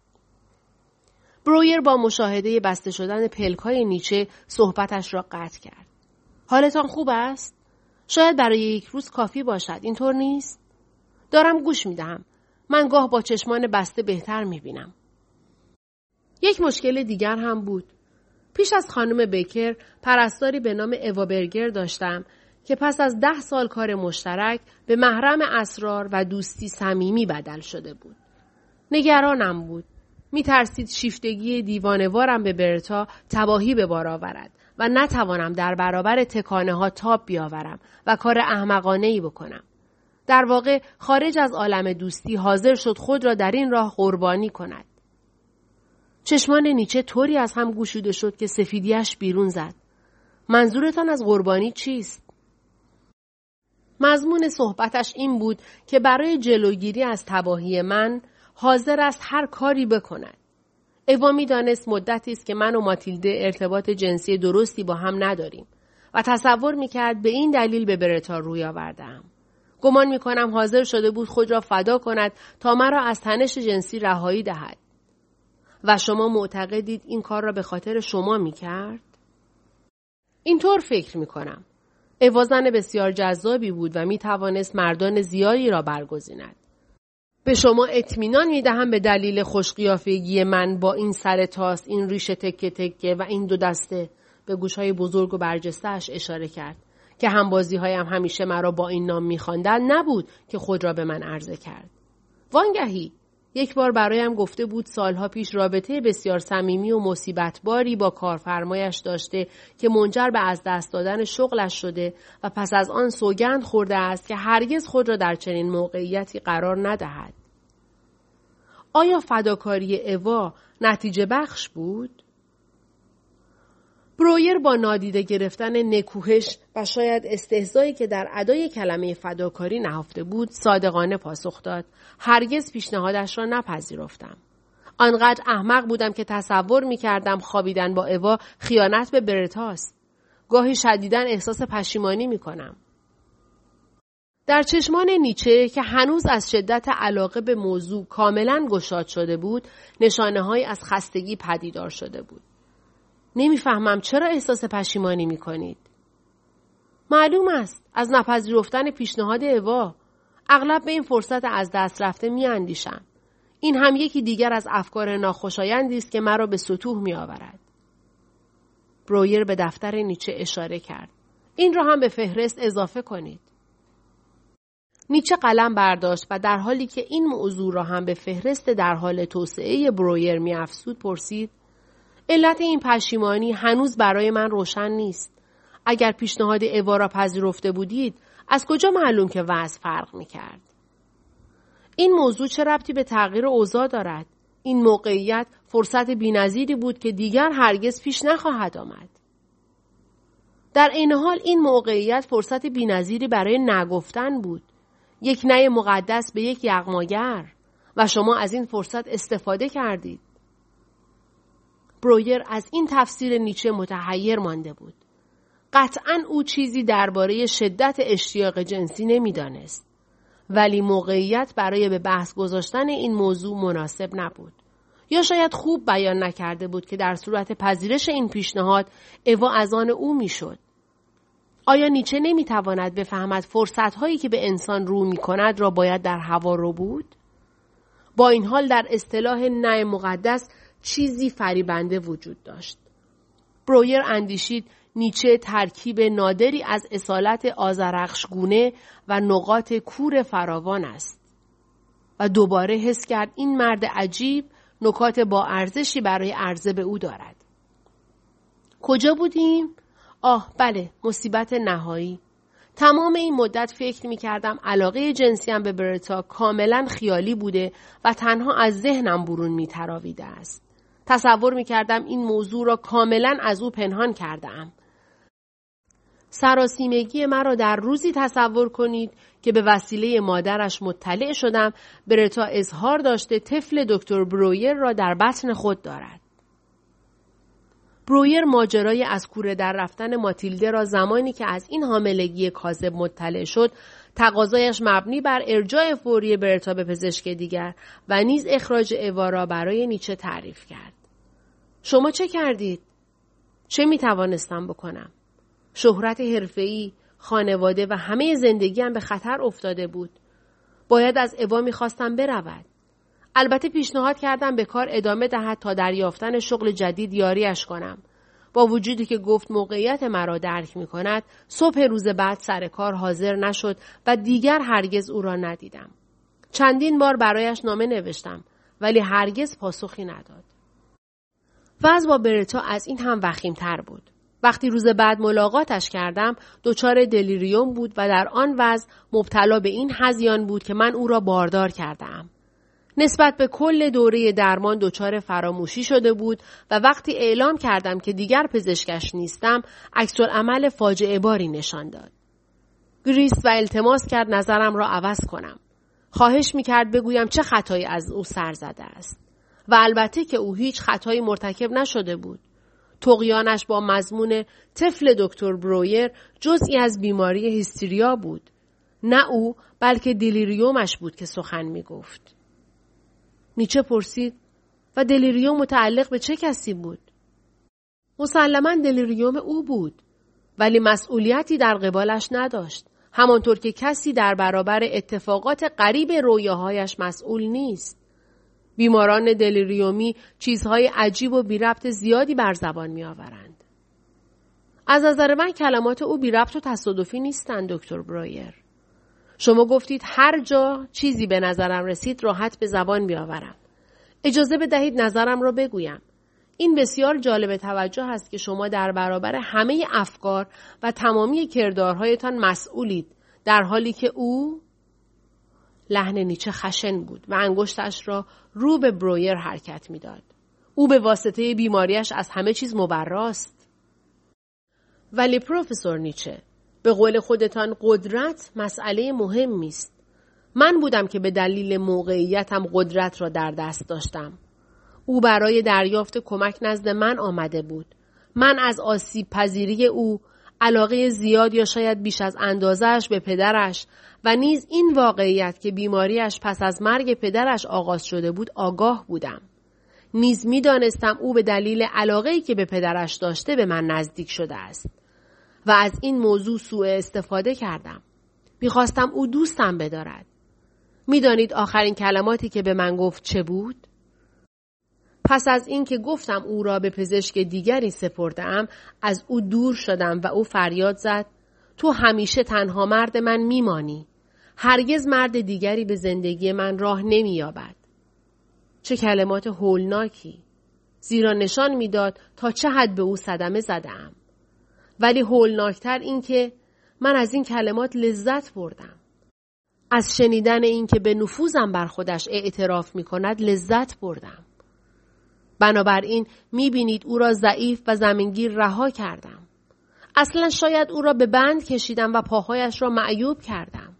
برویر با مشاهده بسته شدن پلک‌های نیچه صحبتش را قطع کرد. حالتان خوب است؟ شاید برای یک روز کافی باشد. اینطور نیست؟ دارم گوش می‌دهم. من گاه با چشمان بسته بهتر می‌بینم. یک مشکل دیگر هم بود. پیش از خانم بیکر پرستاری به نام اوا برگر داشتم که پس از 10 سال کار مشترک به محرم اسرار و دوستی صمیمی بدل شده بود. نگرانم بود. می ترسید شیفتگی دیوانوارم به برتا تباهی به بار آورد و نتوانم در برابر تکانه ها تاب بیاورم و کار احمقانه‌ای بکنم. در واقع خارج از عالم دوستی حاضر شد خود را در این راه قربانی کند. چشمان نیچه طوری از هم گشوده شد که سفیدیش بیرون زد. منظورتان از قربانی چیست؟ مضمون صحبتش این بود که برای جلوگیری از تباهی من حاضر است هر کاری بکند. اوا می دانست مدتی است که من و ماتیلده ارتباط جنسی درستی با هم نداریم و تصور می کرد به این دلیل به برتا روی آورده‌ام. گمان می کنم حاضر شده بود خود را فدا کند تا مرا از تنش جنسی رهایی دهد. و شما معتقدید این کار را به خاطر شما می کرد؟ اینطور فکر می کنم. اوا زن بسیار جذابی بود و می توانست مردان زیادی را برگزیند. به شما اطمینان می دهم به دلیل خوشقیافگی من با این سر تاس، این ریش تکه تکه و این 2 دسته به گوشهای بزرگ و برجسته‌اش اشاره کرد که همبازی‌هایم همیشه مرا با این نام می خواندند نبود که خود را به من عرضه کرد. وانگهی یک بار برایم گفته بود سالها پیش رابطه بسیار صمیمی و مصیبتباری با کارفرمایش داشته که منجر به از دست دادن شغلش شده و پس از آن سوگند خورده است که هرگز خود را در چنین موقعیتی قرار ندهد. آیا فداکاری اوا نتیجه بخش بود؟ برویر با نادیده گرفتن نکوهش و شاید استهزایی که در ادای کلمه فداکاری نهفته بود صادقانه پاسخ داد. هرگز پیشنهادش را نپذیرفتم. آنقدر احمق بودم که تصور می کردم خوابیدن با اوا خیانت به برتاست. گاهی شدیداً احساس پشیمانی می کنم. در چشمان نیچه که هنوز از شدت علاقه به موضوع کاملاً گشاد شده بود نشانه‌هایی از خستگی پدیدار شده بود. نمیفهمم چرا احساس پشیمانی میکنید؟ معلوم است از نپذیرفتن پیشنهاد اوا. اغلب به این فرصت از دست رفته میاندیشم. این هم یکی دیگر از افکار ناخوشایندی است که مرا به ستوه میآورد. برویر به دفتر نیچه اشاره کرد. این را هم به فهرست اضافه کنید. نیچه قلم برداشت و در حالی که این موضوع را هم به فهرست در حال توسعه برویر میافزود پرسید: علت این پشیمانی هنوز برای من روشن نیست. اگر پیشنهاد اوا را پذیرفته بودید، از کجا معلوم که وضع فرق میکرد؟ این موضوع چه ربطی به تغییر اوضاع دارد؟ این موقعیت فرصت بی‌نظیری بود که دیگر هرگز پیش نخواهد آمد. در این حال این موقعیت فرصت بی‌نظیری برای نگفتن بود. یک نی مقدس به یک یغماگر و شما از این فرصت استفاده کردید. برویر از این تفسیر نیچه متحیر مانده بود. قطعاً او چیزی درباره شدت اشتیاق جنسی نمی‌دانست. ولی موقعیت برای به بحث گذاشتن این موضوع مناسب نبود. یا شاید خوب بیان نکرده بود که در صورت پذیرش این پیشنهاد اوا از آن او میشد. آیا نیچه نمیتواند بفهمد فرصت‌هایی که به انسان رو می‌کند را باید در هوا رو بود؟ با این حال در اصطلاح نه مقدس چیزی فریبنده وجود داشت. برویر اندیشید نیچه ترکیب نادری از اصالت آذرخشگونه و نقاط کور فراوان است. و دوباره حس کرد این مرد عجیب نکات با ارزشی برای عرضه به او دارد. کجا بودیم؟ بله، مصیبت نهایی. تمام این مدت فکر می کردم علاقه جنسیم به برتا کاملا خیالی بوده و تنها از ذهنم برون می تراویده است. تصور می کردم این موضوع را کاملا از او پنهان کردم. سراسیمگی مرا در روزی تصور کنید که به وسیله مادرش مطلع شدم برتا اظهار داشته طفل دکتر برویر را در بطن خود دارد. برویر ماجرای از کوره در رفتن ماتیلده را زمانی که از این حاملگی کاذب مطلع شد تقاضایش مبنی بر ارجاع فوری برتا به پزشک دیگر و نیز اخراج اوا را برای نیچه تعریف کرد. شما چه کردید؟ چه می توانستم بکنم؟ شهرت حرفه‌ای، خانواده و همه زندگیم به خطر افتاده بود. باید از اوا می‌خواستم برود. البته پیشنهاد کردم به کار ادامه دهد تا در یافتن شغل جدید یاریش کنم. با وجودی که گفت موقعیت مرا درک می‌کند، صبح روز بعد سر کار حاضر نشد و دیگر هرگز او را ندیدم. چندین بار برایش نامه نوشتم ولی هرگز پاسخی نداد. وضع با برتا از این هم وخیم‌تر بود. وقتی روز بعد ملاقاتش کردم دچار دلیریوم بود و در آن وضع مبتلا به این هذیان بود که من او را باردار کردم. نسبت به کل دوره درمان دچار فراموشی شده بود و وقتی اعلام کردم که دیگر پزشکش نیستم عکس‌العمل فاجعه باری نشان داد. گریست و التماس کرد نظرم را عوض کنم. خواهش می‌کرد بگویم چه خطایی از او سر زده است و البته که او هیچ خطایی مرتکب نشده بود. طغیانش با مضمون طفل دکتر برویر جزئی از بیماری هیستریا بود. نه او بلکه دلیریومش بود که سخن می گفت. نیچه پرسید و دلیریوم متعلق به چه کسی بود؟ مسلماً دلیریوم او بود ولی مسئولیتی در قبالش نداشت. همانطور که کسی در برابر اتفاقات غریب رویاهایش مسئول نیست. بیماران دلیریومی چیزهای عجیب و بی ربط زیادی بر زبان می آورند. از نظر من کلمات او بی ربط و تصادفی نیستند دکتر برویر. شما گفتید هر جا چیزی به نظرم رسید راحت به زبان بیاورم. اجازه بدهید نظرم را بگویم. این بسیار جالب توجه است که شما در برابر همه افکار و تمامی کردارهایتان مسئولید در حالی که او لحن نیچه خشن بود و انگشتش را رو به برویر حرکت می‌داد. او به واسطه بیماریش از همه چیز مبراست. ولی پروفسور نیچه، به قول خودتان قدرت مسئله مهمی است. من بودم که به دلیل موقعیتم قدرت را در دست داشتم. او برای دریافت کمک نزد من آمده بود. من از آسیب پذیری او، علاقه زیاد یا شاید بیش از اندازه‌اش به پدرش و نیز این واقعیت که بیماریش پس از مرگ پدرش آغاز شده بود آگاه بودم. نیز می دانستم او به دلیل علاقه‌ای که به پدرش داشته به من نزدیک شده است و از این موضوع سوء استفاده کردم. می خواستم او دوستم بدارد. می دانید آخرین کلماتی که به من گفت چه بود؟ پس از این که گفتم او را به پزشک دیگری سپردم از او دور شدم و او فریاد زد تو همیشه تنها مرد من میمانی. هرگز مرد دیگری به زندگی من راه نمییابد. چه کلمات هولناکی. زیرا نشان میداد تا چه حد به او صدمه زدم. ولی هولناکتر این که من از این کلمات لذت بردم. از شنیدن این که به نفوذم بر خودش اعتراف می کند لذت بردم. بنابراین می بینید او را ضعیف و زمینگیر رها کردم. اصلا شاید او را به بند کشیدم و پاهایش را معیوب کردم.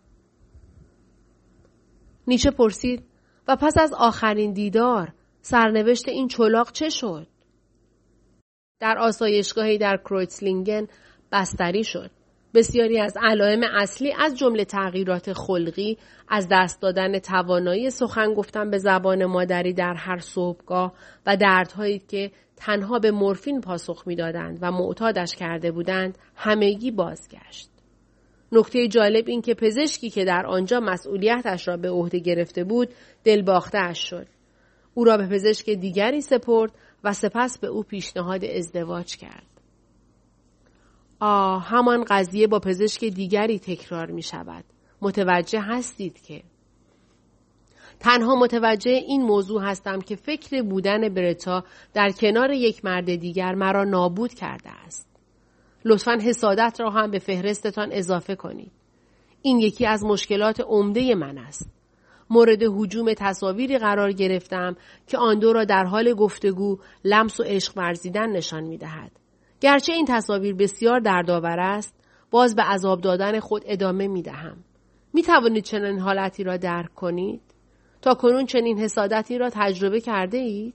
نیچه پرسید و پس از آخرین دیدار سرنوشت این چلاق چه شد؟ در آسایشگاهی در کرویتسلینگن بستری شد. بسیاری از علائم اصلی از جمله تغییرات خلقی، از دست دادن توانایی سخن گفتن به زبان مادری در هر صبحگاه و دردهایی که تنها به مورفین پاسخ می‌دادند و معتادش کرده بودند، همگی بازگشت. نکته جالب این که پزشکی که در آنجا مسئولیتش را به عهده گرفته بود، دلباخته‌اش شد. او را به پزشک دیگری سپرد و سپس به او پیشنهاد ازدواج کرد. همان قضیه با پزشک دیگری تکرار می شود. متوجه هستید که تنها متوجه این موضوع هستم که فکر بودن برتا در کنار یک مرد دیگر مرا نابود کرده است. لطفاً حسادت را هم به فهرستتان اضافه کنید. این یکی از مشکلات عمده من است. مورد هجوم تصاویری قرار گرفتم که آن دو را در حال گفتگو، لمس و عشق ورزیدن نشان می دهد. گرچه این تصاویر بسیار دردآور است، باز به عذاب دادن خود ادامه می دهم. می توانید چنین حالتی را درک کنید؟ تا کنون چنین حسادتی را تجربه کرده اید؟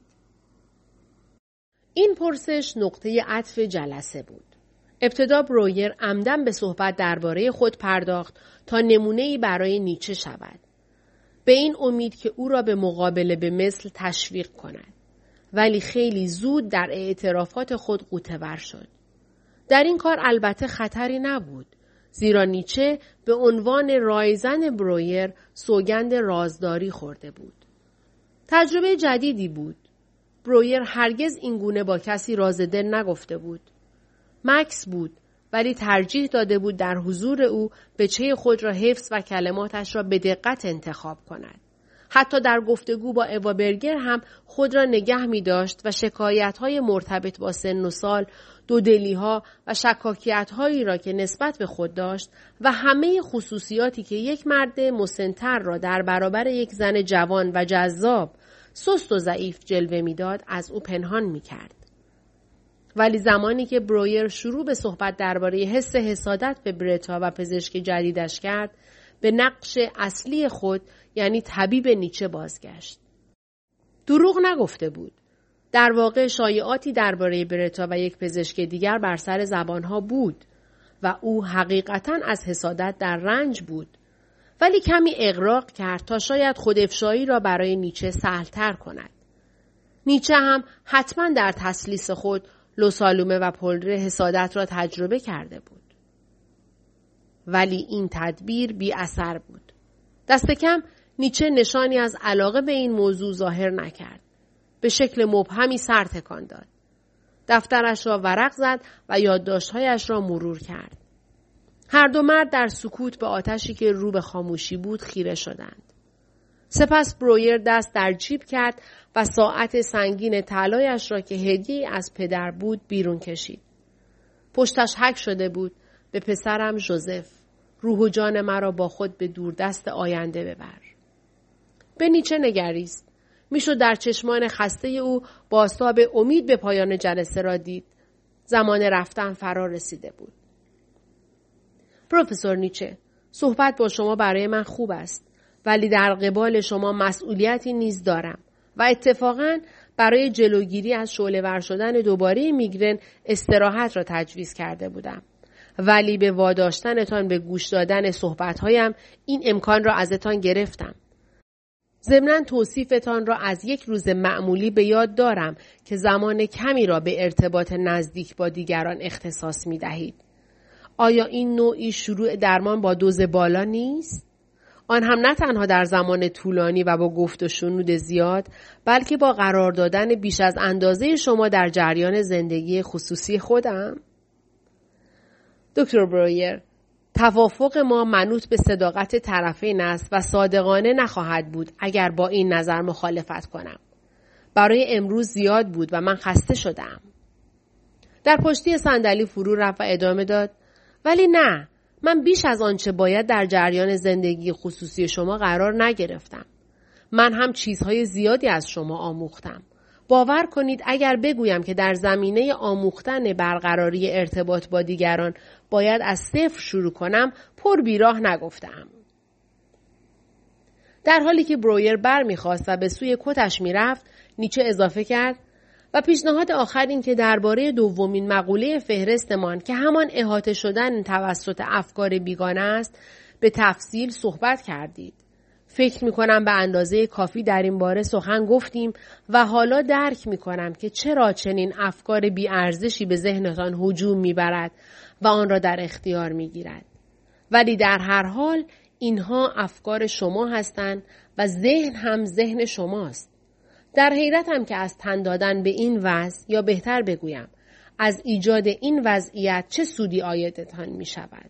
این پرسش نقطه عطف جلسه بود. ابتدا برویر عمدن به صحبت درباره خود پرداخت تا نمونه‌ای برای نیچه شود. به این امید که او را به مقابله به مثل تشویق کند. ولی خیلی زود در اعترافات خود غوطه‌ور شد. در این کار البته خطری نبود، زیرا نیچه به عنوان رایزن برویر سوگند رازداری خورده بود. تجربه جدیدی بود. برویر هرگز این گونه با کسی راز دل نگفته بود. مکس بود، ولی ترجیح داده بود در حضور او بچه خود را حفظ و کلماتش را به دقت انتخاب کند. حتی در گفتگو با اوا برگر هم خود را نگه می داشت و شکایت‌های مرتبط با سن و سال، دودلی‌ها و شکاکیت‌هایی را که نسبت به خود داشت و همه خصوصیاتی که یک مرد مسن‌تر را در برابر یک زن جوان و جذاب، سست و ضعیف جلوه می‌داد، از او پنهان می‌کرد. ولی زمانی که برویر شروع به صحبت درباره حس حسادت به برتا و پزشک جدیدش کرد، به نقش اصلی خود یعنی طبیب نیچه بازگشت. دروغ نگفته بود. در واقع شایعاتی درباره برتا و یک پزشک دیگر بر سر زبانها بود و او حقیقتاً از حسادت در رنج بود. ولی کمی اغراق کرد تا شاید خودافشایی را برای نیچه سهل‌تر کند. نیچه هم حتما در تسلیس خود لوسالومه و پلر حسادت را تجربه کرده بود. ولی این تدبیر بی اثر بود. دست کم نیچه نشانی از علاقه به این موضوع ظاهر نکرد. به شکل مبهمی سر تکان داد. دفترش را ورق زد و یادداشت‌هایش را مرور کرد. هر دو مرد در سکوت به آتشی که رو به خاموشی بود خیره شدند. سپس برویر دست در جیب کرد و ساعت سنگین طلایش را که هدیه‌ای از پدر بود بیرون کشید. پشتش حک شده بود: به پسرم ژوزف، روح و جان مرا با خود به دوردست آینده ببر. به نیچه نگریست. میشد در چشمان خسته او بازتاب امید به پایان جلسه را دید. زمان رفتن فرا رسیده بود. پروفسور نیچه، صحبت با شما برای من خوب است، ولی در قبال شما مسئولیتی نیز دارم و اتفاقاً برای جلوگیری از شعله‌ور شدن دوباره میگرن استراحت را تجویز کرده بودم. ولی به واداشتنتان به گوش دادن صحبت‌هایم این امکان را ازتان گرفتم. ضمناً توصیفتان را از یک روز معمولی به یاد دارم که زمان کمی را به ارتباط نزدیک با دیگران اختصاص می دهید. آیا این نوعی شروع درمان با دوز بالا نیست؟ آن هم نه تنها در زمان طولانی و با گفت و شنود زیاد، بلکه با قرار دادن بیش از اندازه شما در جریان زندگی خصوصی خودم؟ دکتر برویر، توافق ما منوط به صداقت طرفین است و صادقانه نخواهد بود اگر با این نظر مخالفت کنم. برای امروز زیاد بود و من خسته شدم. در پشتی صندلی فرو رفت و ادامه داد: ولی نه، من بیش از آنچه باید در جریان زندگی خصوصی شما قرار نگرفتم. من هم چیزهای زیادی از شما آموختم. باور کنید اگر بگویم که در زمینه آموختن برقراری ارتباط با دیگران باید از صفر شروع کنم، پر بیراه نگفتم. در حالی که برویر برمیخواست و به سوی کتش میرفت، نیچه اضافه کرد و پیشنهاد آخر این که درباره دومین مقوله فهرستمان که همان احاطه شدن توسط افکار بیگانه است، به تفصیل صحبت کردید. فکر می‌کنم به اندازه کافی در این باره سخن گفتیم و حالا درک می‌کنم که چرا چنین افکار بی‌ارزشی به ذهنتان هجوم می‌برد و آن را در اختیار می‌گیرد. ولی در هر حال اینها افکار شما هستند و ذهن هم ذهن شماست. در حیرتم که از تن دادن به این وضع، یا بهتر بگویم از ایجاد این وضعیت، چه سودی عایدتان می‌شود.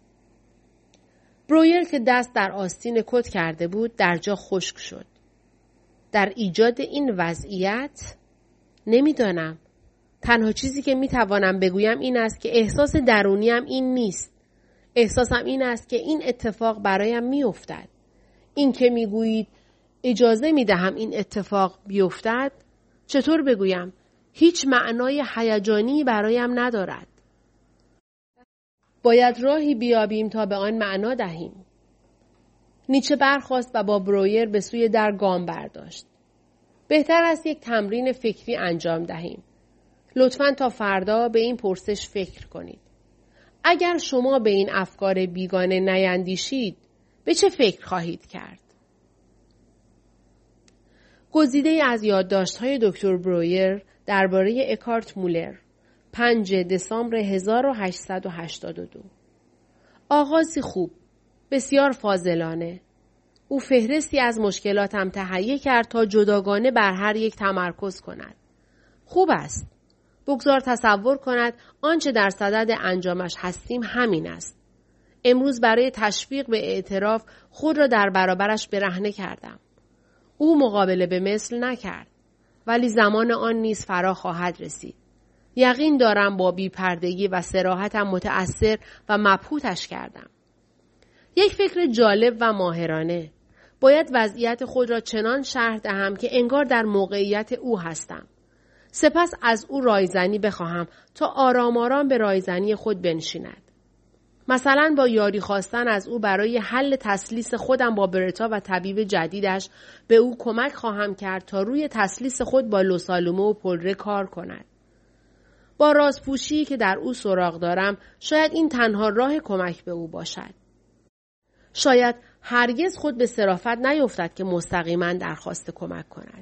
برویر که دست در آستین کت کرده بود در جا خشک شد. در ایجاد این وضعیت نمیدانم. تنها چیزی که میتوانم بگویم این است که احساس درونیم این نیست. احساسم این است که این اتفاق برایم میافتد. این که میگویید اجازه میدهم این اتفاق بیفتد، چطور بگویم؟ هیچ معنای هیجانی برایم ندارد. باید راهی بیابیم تا به آن معنا دهیم. نیچه برخاست و با برویر به سوی در گام برداشت. بهتر است یک تمرین فکری انجام دهیم. لطفاً تا فردا به این پرسش فکر کنید. اگر شما به این افکار بیگانه نیندیشید، به چه فکر خواهید کرد؟ گزیده از یادداشت‌های دکتر برویر درباره اکارت مولر، 5 دسامبر 1882. آغازی خوب، بسیار فاضلانه. او فهرستی از مشکلاتم تهیه کرد تا جداگانه بر هر یک تمرکز کند. خوب است. بگذار تصور کند آنچه در صدد انجامش هستیم همین است. امروز برای تشویق به اعتراف خود را در برابرش برهنه کردم. او مقابله به مثل نکرد. ولی زمان آن نیز فرا خواهد رسید. یقین دارم با بی‌پردگی و صراحتم متأثر و مبهوتش کردم. یک فکر جالب و ماهرانه. باید وضعیت خود را چنان شرح دهم که انگار در موقعیت او هستم. سپس از او رایزنی بخواهم تا آرام آرام به رایزنی خود بنشیند. مثلا با یاری خواستن از او برای حل تسلیس خودم با برتا و طبیب جدیدش به او کمک خواهم کرد تا روی تسلیس خود با لوسالومه و پلره کار کند. با رازپوشی که در او سراغ دارم، شاید این تنها راه کمک به او باشد. شاید هرگز خود به صرافت نیفتد که مستقیما درخواست کمک کند.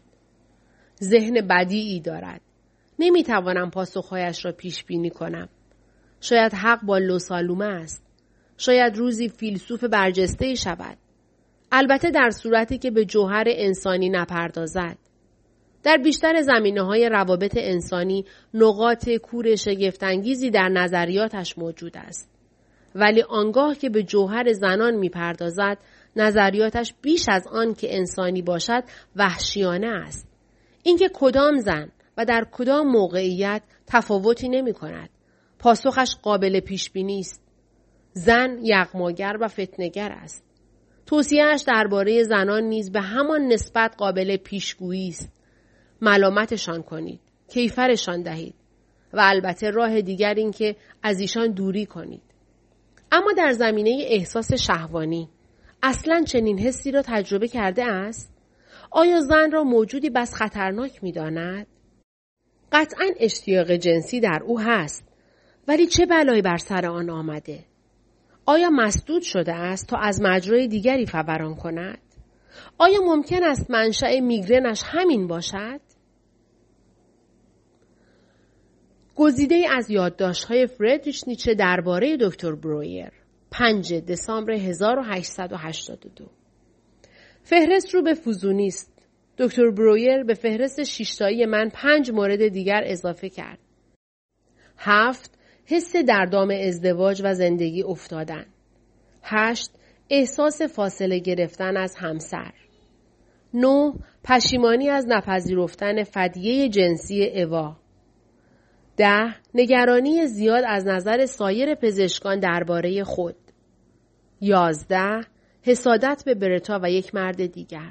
ذهن بدیعی دارد. نمیتوانم پاسخهایش را پیش بینی کنم. شاید حق با لوسالومه است. شاید روزی فیلسوف برجسته‌ای شود. البته در صورتی که به جوهر انسانی نپردازد. در بیشتر زمینه‌های روابط انسانی نقاط کور شگفت‌انگیزی در نظریاتش موجود است. ولی آنگاه که به جوهر زنان می‌پردازد، نظریاتش بیش از آن که انسانی باشد وحشیانه است. اینکه کدام زن و در کدام موقعیت تفاوتی نمی‌کند. پاسخش قابل پیش‌بینی است. زن یغماگر و فتنه‌گر است. توصیه‌اش درباره زنان نیز به همان نسبت قابل پیشگویی است. ملامتشان کنید، کیفرشان دهید و البته راه دیگر این که از ایشان دوری کنید. اما در زمینه احساس شهوانی، اصلاً چنین حسی را تجربه کرده است؟ آیا زن را موجودی بس خطرناک می‌داند؟ قطعاً اشتیاق جنسی در او هست، ولی چه بلایی بر سر آن آمده؟ آیا مسدود شده است تا از مجرای دیگری فوران کند؟ آیا ممکن است منشأ میگرنش همین باشد؟ گزیده از یادداشت‌های فریدریش نیچه درباره دکتر برویر، 5 دسامبر 1882. فهرست رو به فزونی است. دکتر برویر به فهرست 6 تایی من 5 مورد دیگر اضافه کرد. 7. حس در دام ازدواج و زندگی افتادن. 8. احساس فاصله گرفتن از همسر. 9. پشیمانی از نپذیرفتن فدیه جنسی اوا. 10. نگرانی زیاد از نظر سایر پزشکان درباره خود. 11. حسادت به برتا و یک مرد دیگر.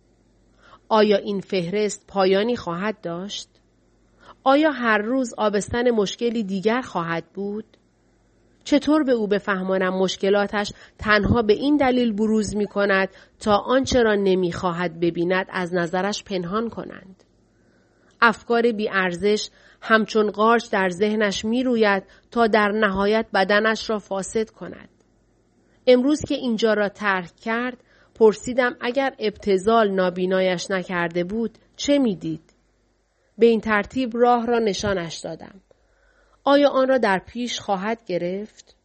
آیا این فهرست پایانی خواهد داشت؟ آیا هر روز آبستن مشکلی دیگر خواهد بود؟ چطور به او بفهمانم مشکلاتش تنها به این دلیل بروز می کند تا آنچه را نمی خواهد ببیند از نظرش پنهان کنند؟ افکار بی ارزش همچون قارچ در ذهنش می روید تا در نهایت بدنش را فاسد کند. امروز که اینجا را ترک کرد، پرسیدم اگر ابتذال نابینایش نکرده بود چه می دید؟ به این ترتیب راه را نشانش دادم. آیا آن را در پیش خواهد گرفت؟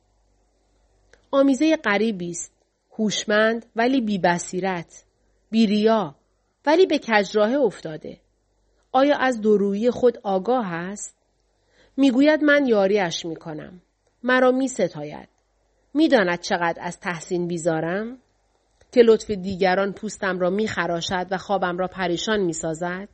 آمیزه غریبی است، هوشمند ولی بی بصیرت، بی ریا ولی به کجراه افتاده. آیا از دورویی خود آگاه است؟ میگوید من یاریش میکنم. مرا میستاید. میداند چقدر از تحسین بیزارم؟ که لطف دیگران پوستم را میخراشد و خوابم را پریشان میسازد؟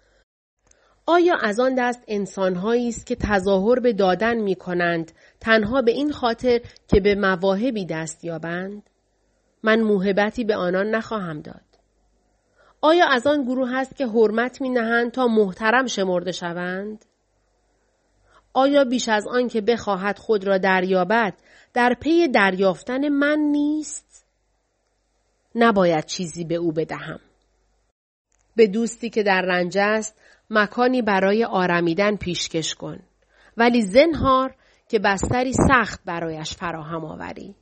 آیا از آن دست انسانهایی است که تظاهر به دادن میکنند تنها به این خاطر که به مواهبی دست یابند؟ من موهبتی به آنان نخواهم داد. آیا از آن گروه هست که حرمت می‌نهند تا محترم شمرده شوند؟ آیا بیش از آن که بخواهد خود را دریابد در پی دریافتن من نیست؟ نباید چیزی به او بدهم. به دوستی که در رنج است مکانی برای آرمیدن پیشکش کن، ولی زنهار که بستری سخت برایش فراهم آوری.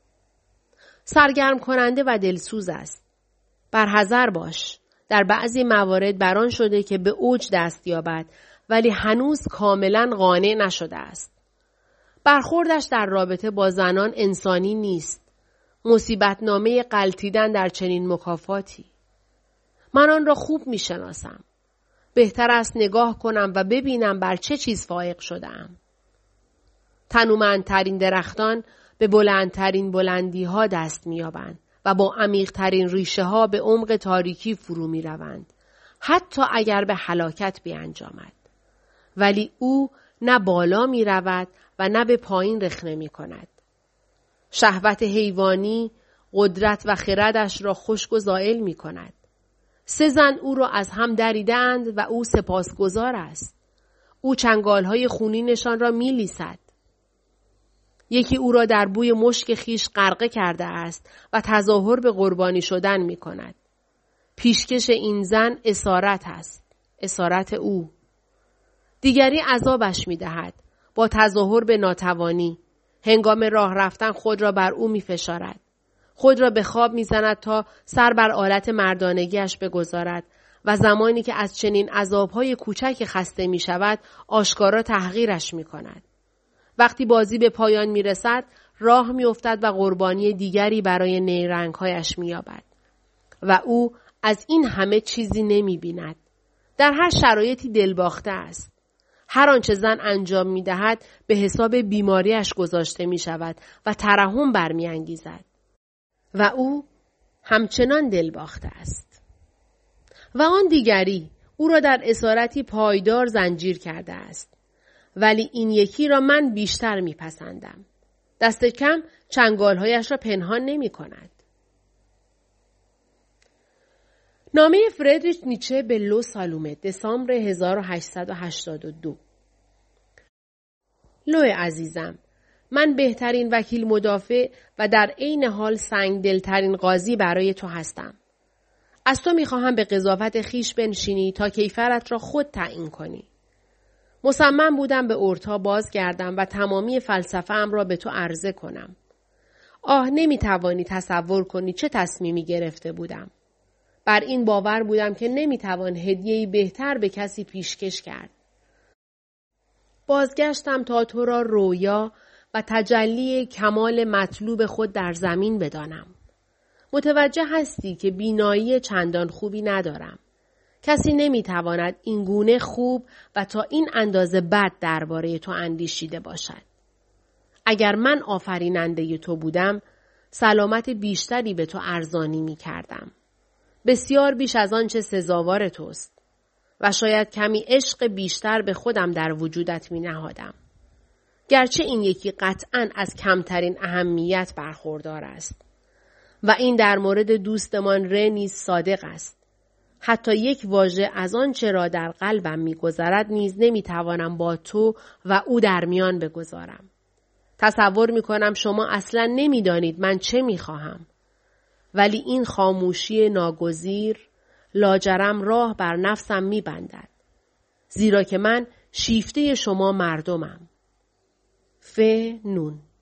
سرگرم کننده و دلسوز است. برحذر باش. در بعضی موارد بران شده که به اوج دست یابد ولی هنوز کاملا قانع نشده است. برخوردش در رابطه با زنان انسانی نیست. مصیبتنامه غلطیدن در چنین مکافاتی. من آن را خوب می شناسم. بهتر است نگاه کنم و ببینم بر چه چیز فائق شده‌ام. تنومندترین درختان به بلندترین بلندی ها دست می یابند و با عمیق‌ترین ریشه ها به عمق تاریکی فرو می روند. حتی اگر به هلاکت بیانجامد. ولی او نه بالا می رود و نه به پایین رخنه می کند. شهوت حیوانی قدرت و خردش را خشک و زائل می کند. 3 زن او را از هم دریدند و او سپاسگزار است. او چنگالهای خونینشان را می لیسد. یکی او را در بوی مشک خیش غرقه کرده است و تظاهر به قربانی شدن می کند. پیشکش این زن اسارت است. اسارت او. دیگری عذابش می دهد. با تظاهر به ناتوانی. هنگام راه رفتن خود را بر او می فشارد. خود را به خواب می زند تا سر بر آلت مردانگیش بگذارد و زمانی که از چنین عذابهای کوچک خسته می شود آشکارا تحقیرش می کند. وقتی بازی به پایان می رسد راه می افتد و قربانی دیگری برای نیرنگهایش می یابد. و او از این همه چیزی نمی بیند. در هر شرایطی دلباخته است. هر آنچه زن انجام می دهد به حساب بیماریش گذاشته می شود و ترحم برمی انگیزد. و او همچنان دلباخته است. و آن دیگری او را در اسارتی پایدار زنجیر کرده است. ولی این یکی را من بیشتر می پسندم. دست کم چنگالهایش را پنهان نمی کند. نامه فردریش نیچه به لو سالومه دسامبر 1882. لو عزیزم، من بهترین وکیل مدافع و در عین حال سنگدلترین قاضی برای تو هستم. از تو میخواهم به قضاوت خیش بنشینی تا کیفرت را خود تعیین کنی. مصمم بودم به اورتا بازگردم و تمامی فلسفه‌ام را به تو عرضه کنم. نمیتوانی تصور کنی چه تصمیمی گرفته بودم. بر این باور بودم که نمیتوان هدیه‌ای بهتر به کسی پیشکش کرد. بازگشتم تا تو را رویا و تجلی کمال مطلوب خود در زمین بدانم. متوجه هستی که بینایی چندان خوبی ندارم. کسی نمیتواند این گونه خوب و تا این اندازه بد درباره تو اندیشیده باشد. اگر من آفریننده تو بودم، سلامت بیشتری به تو ارزانی می کردم. بسیار بیش از آنچه سزاوار توست و شاید کمی عشق بیشتر به خودم در وجودت می نهادم. گرچه این یکی قطعاً از کمترین اهمیت برخوردار است. و این در مورد دوستمان ر نیز صادق است. حتی یک واژه از آنچه را در قلبم می‌گذرد نیز نمی‌توانم با تو و او در میان بگذارم. تصور می‌کنم شما اصلاً نمی‌دانید من چه می‌خواهم. ولی این خاموشی ناگزیر لاجرم راه بر نفسم می‌بندد. زیرا که من شیفته شما مردمم. ف. نون